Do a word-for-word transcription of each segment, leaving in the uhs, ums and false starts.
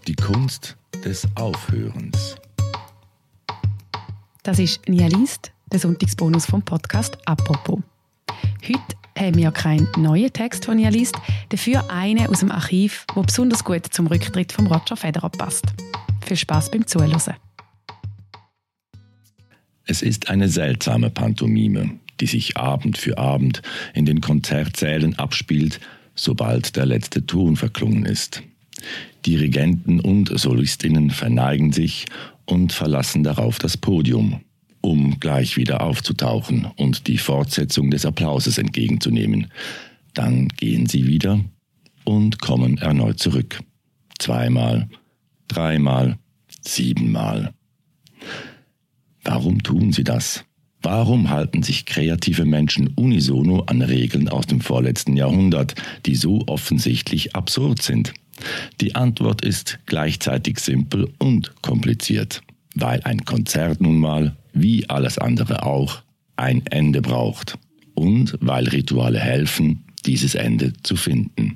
Die Kunst des Aufhörens. Das ist «Nia liest», der Sonntagsbonus vom Podcast «Apropos». Heute haben wir keinen neuen Text von «Nia liest», dafür einen aus dem Archiv, der besonders gut zum Rücktritt von Roger Federer passt. Viel Spass beim Zuhören. Es ist eine seltsame Pantomime, die sich Abend für Abend in den Konzertsälen abspielt, sobald der letzte Ton verklungen ist. Dirigenten und Solistinnen verneigen sich und verlassen darauf das Podium, um gleich wieder aufzutauchen und die Fortsetzung des Applauses entgegenzunehmen. Dann gehen sie wieder und kommen erneut zurück. Zweimal, dreimal, siebenmal. Warum tun sie das? Warum halten sich kreative Menschen unisono an Regeln aus dem vorletzten Jahrhundert, die so offensichtlich absurd sind? Die Antwort ist gleichzeitig simpel und kompliziert, weil ein Konzert nun mal, wie alles andere auch, ein Ende braucht und weil Rituale helfen, dieses Ende zu finden.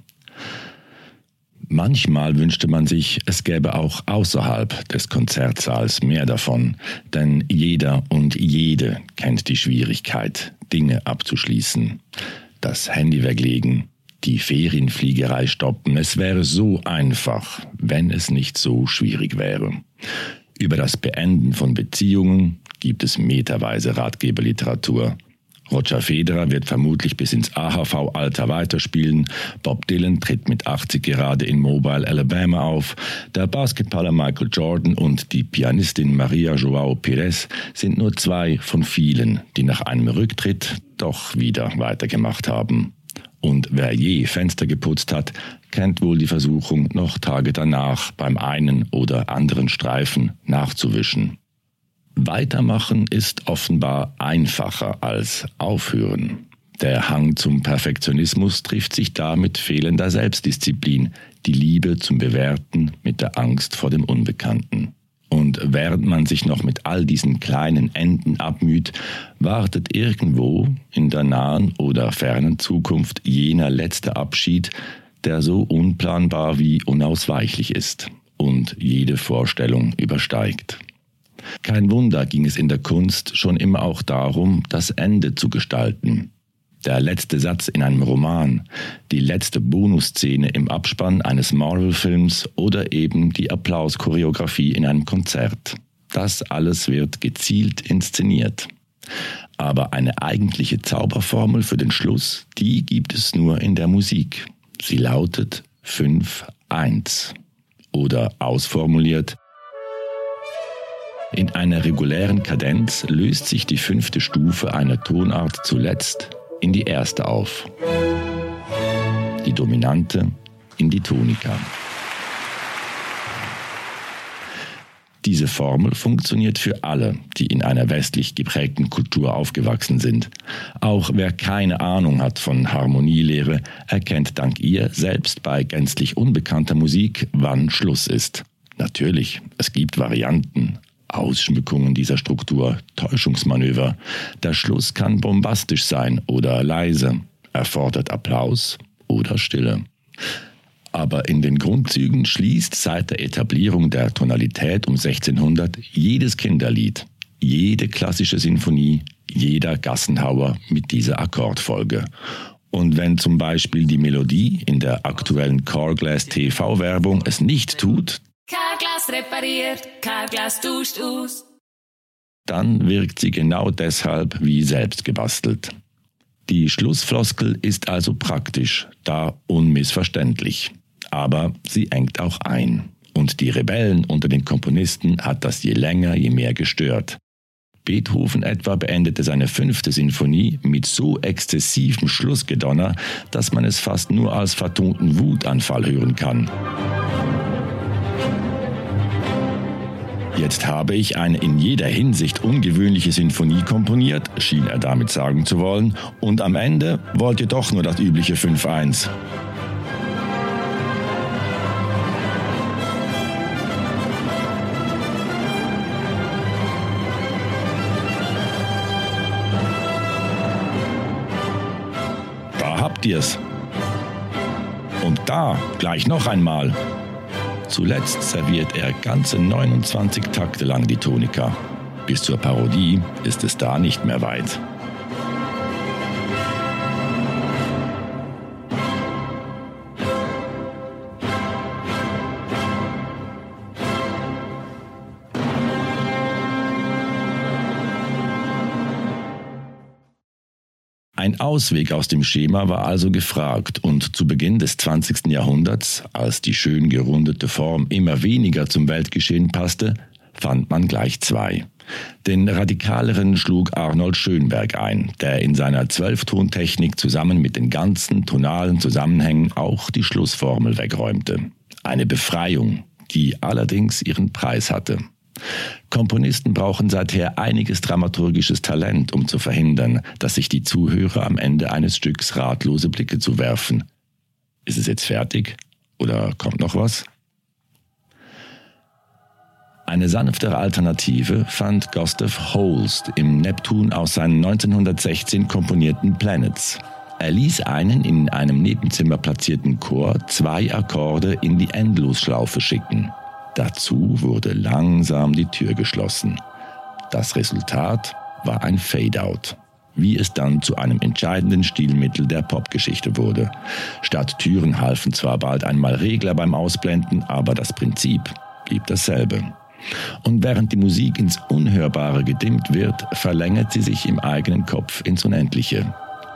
Manchmal wünschte man sich, es gäbe auch außerhalb des Konzertsaals mehr davon, denn jeder und jede kennt die Schwierigkeit, Dinge abzuschließen. Das Handy weglegen, die Ferienfliegerei stoppen, es wäre so einfach, wenn es nicht so schwierig wäre. Über das Beenden von Beziehungen gibt es meterweise Ratgeberliteratur. Roger Federer wird vermutlich bis ins A H V-Alter weiterspielen. Bob Dylan tritt mit achtzig gerade in Mobile, Alabama auf. Der Basketballer Michael Jordan und die Pianistin Maria João Pires sind nur zwei von vielen, die nach einem Rücktritt doch wieder weitergemacht haben. Und wer je Fenster geputzt hat, kennt wohl die Versuchung, noch Tage danach beim einen oder anderen Streifen nachzuwischen. Weitermachen ist offenbar einfacher als aufhören. Der Hang zum Perfektionismus trifft sich da mit fehlender Selbstdisziplin, die Liebe zum Bewerten mit der Angst vor dem Unbekannten. Und während man sich noch mit all diesen kleinen Enden abmüht, wartet irgendwo in der nahen oder fernen Zukunft jener letzte Abschied, der so unplanbar wie unausweichlich ist und jede Vorstellung übersteigt. Kein Wunder ging es in der Kunst schon immer auch darum, das Ende zu gestalten. Der letzte Satz in einem Roman, die letzte Bonusszene im Abspann eines Marvel-Films oder eben die Applauschoreografie in einem Konzert. Das alles wird gezielt inszeniert. Aber eine eigentliche Zauberformel für den Schluss, die gibt es nur in der Musik. Sie lautet fünf eins. Oder ausformuliert: In einer regulären Kadenz löst sich die fünfte Stufe einer Tonart zuletzt in die erste auf. Die dominante in die Tonika. Diese Formel funktioniert für alle, die in einer westlich geprägten Kultur aufgewachsen sind. Auch wer keine Ahnung hat von Harmonielehre, erkennt dank ihr selbst bei gänzlich unbekannter Musik, wann Schluss ist. Natürlich, es gibt Varianten, Ausschmückungen dieser Struktur, Täuschungsmanöver. Der Schluss kann bombastisch sein oder leise, erfordert Applaus oder Stille. Aber in den Grundzügen schließt seit der Etablierung der Tonalität um sechzehnhundert jedes Kinderlied, jede klassische Sinfonie, jeder Gassenhauer mit dieser Akkordfolge. Und wenn zum Beispiel die Melodie in der aktuellen Carglass T V-Werbung es nicht tut, Carglass repariert, Carglass duscht aus, dann wirkt sie genau deshalb wie selbst gebastelt. Die Schlussfloskel ist also praktisch, da unmissverständlich. Aber sie engt auch ein. Und die Rebellen unter den Komponisten hat das je länger, je mehr gestört. Beethoven etwa beendete seine fünfte Sinfonie mit so exzessivem Schlussgedonner, dass man es fast nur als vertonten Wutanfall hören kann. Jetzt habe ich eine in jeder Hinsicht ungewöhnliche Sinfonie komponiert, schien er damit sagen zu wollen, und am Ende wollt ihr doch nur das übliche fünf eins. Da habt ihr's. Und da gleich noch einmal. Zuletzt serviert er ganze neunundzwanzig Takte lang die Tonika. Bis zur Parodie ist es da nicht mehr weit. Ein Ausweg aus dem Schema war also gefragt und zu Beginn des zwanzigsten Jahrhunderts, als die schön gerundete Form immer weniger zum Weltgeschehen passte, fand man gleich zwei. Den radikaleren schlug Arnold Schönberg ein, der in seiner Zwölftontechnik zusammen mit den ganzen tonalen Zusammenhängen auch die Schlussformel wegräumte. Eine Befreiung, die allerdings ihren Preis hatte. Komponisten brauchen seither einiges dramaturgisches Talent, um zu verhindern, dass sich die Zuhörer am Ende eines Stücks ratlose Blicke zuwerfen. Ist es jetzt fertig? Oder kommt noch was? Eine sanftere Alternative fand Gustav Holst im Neptun aus seinen neunzehnhundertsechzehn komponierten Planets. Er ließ einen in einem Nebenzimmer platzierten Chor zwei Akkorde in die Endlosschlaufe schicken. Dazu wurde langsam die Tür geschlossen. Das Resultat war ein Fade-out, wie es dann zu einem entscheidenden Stilmittel der Popgeschichte wurde. Statt Türen halfen zwar bald einmal Regler beim Ausblenden, aber das Prinzip blieb dasselbe. Und während die Musik ins Unhörbare gedimmt wird, verlängert sie sich im eigenen Kopf ins Unendliche.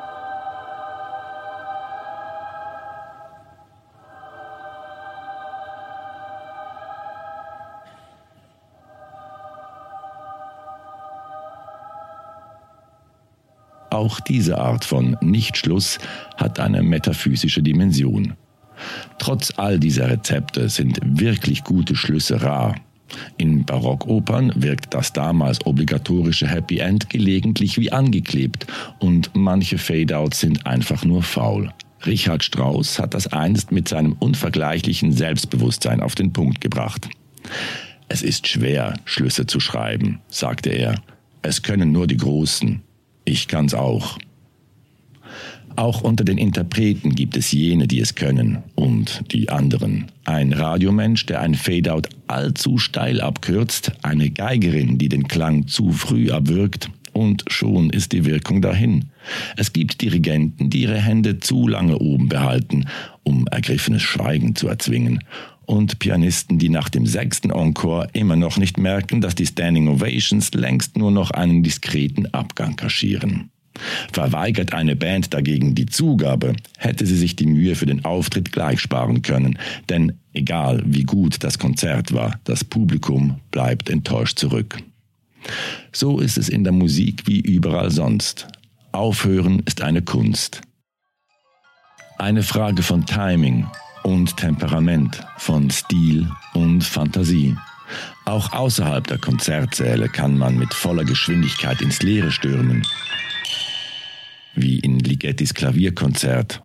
Auch diese Art von Nichtschluss hat eine metaphysische Dimension. Trotz all dieser Rezepte sind wirklich gute Schlüsse rar. In Barockopern wirkt das damals obligatorische Happy End gelegentlich wie angeklebt und manche Fade-outs sind einfach nur faul. Richard Strauss hat das einst mit seinem unvergleichlichen Selbstbewusstsein auf den Punkt gebracht. Es ist schwer, Schlüsse zu schreiben, sagte er. Es können nur die Großen. Ich kann's auch. Auch unter den Interpreten gibt es jene, die es können, und die anderen. Ein Radiomensch, der ein Fade-out allzu steil abkürzt, eine Geigerin, die den Klang zu früh abwirkt, und schon ist die Wirkung dahin. Es gibt Dirigenten, die ihre Hände zu lange oben behalten, um ergriffenes Schweigen zu erzwingen. Und Pianisten, die nach dem sechsten Encore immer noch nicht merken, dass die Standing Ovations längst nur noch einen diskreten Abgang kaschieren. Verweigert eine Band dagegen die Zugabe, hätte sie sich die Mühe für den Auftritt gleich sparen können. Denn egal wie gut das Konzert war, das Publikum bleibt enttäuscht zurück. So ist es in der Musik wie überall sonst. Aufhören ist eine Kunst. Eine Frage von Timing und Temperament, von Stil und Fantasie. Auch außerhalb der Konzertsäle kann man mit voller Geschwindigkeit ins Leere stürmen, wie in Ligettis Klavierkonzert.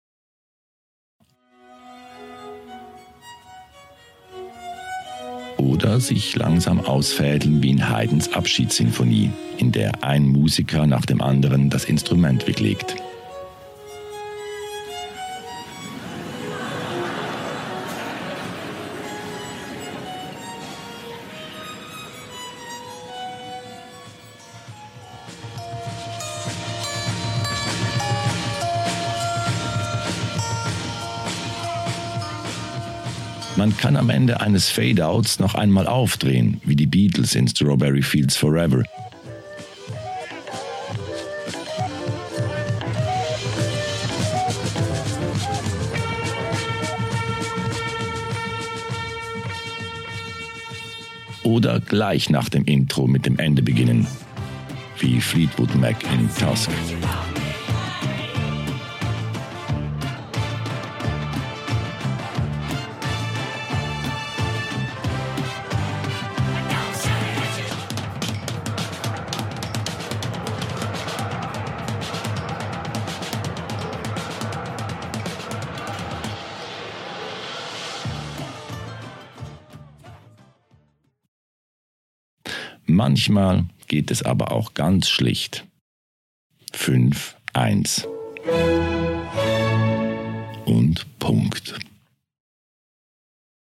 Oder sich langsam ausfädeln wie in Haydns Abschiedssinfonie, in der ein Musiker nach dem anderen das Instrument weglegt. Man kann am Ende eines Fade-outs noch einmal aufdrehen, wie die Beatles in Strawberry Fields Forever. Oder gleich nach dem Intro mit dem Ende beginnen, wie Fleetwood Mac in Tusk. Manchmal geht es aber auch ganz schlicht. fünf eins. Und Punkt.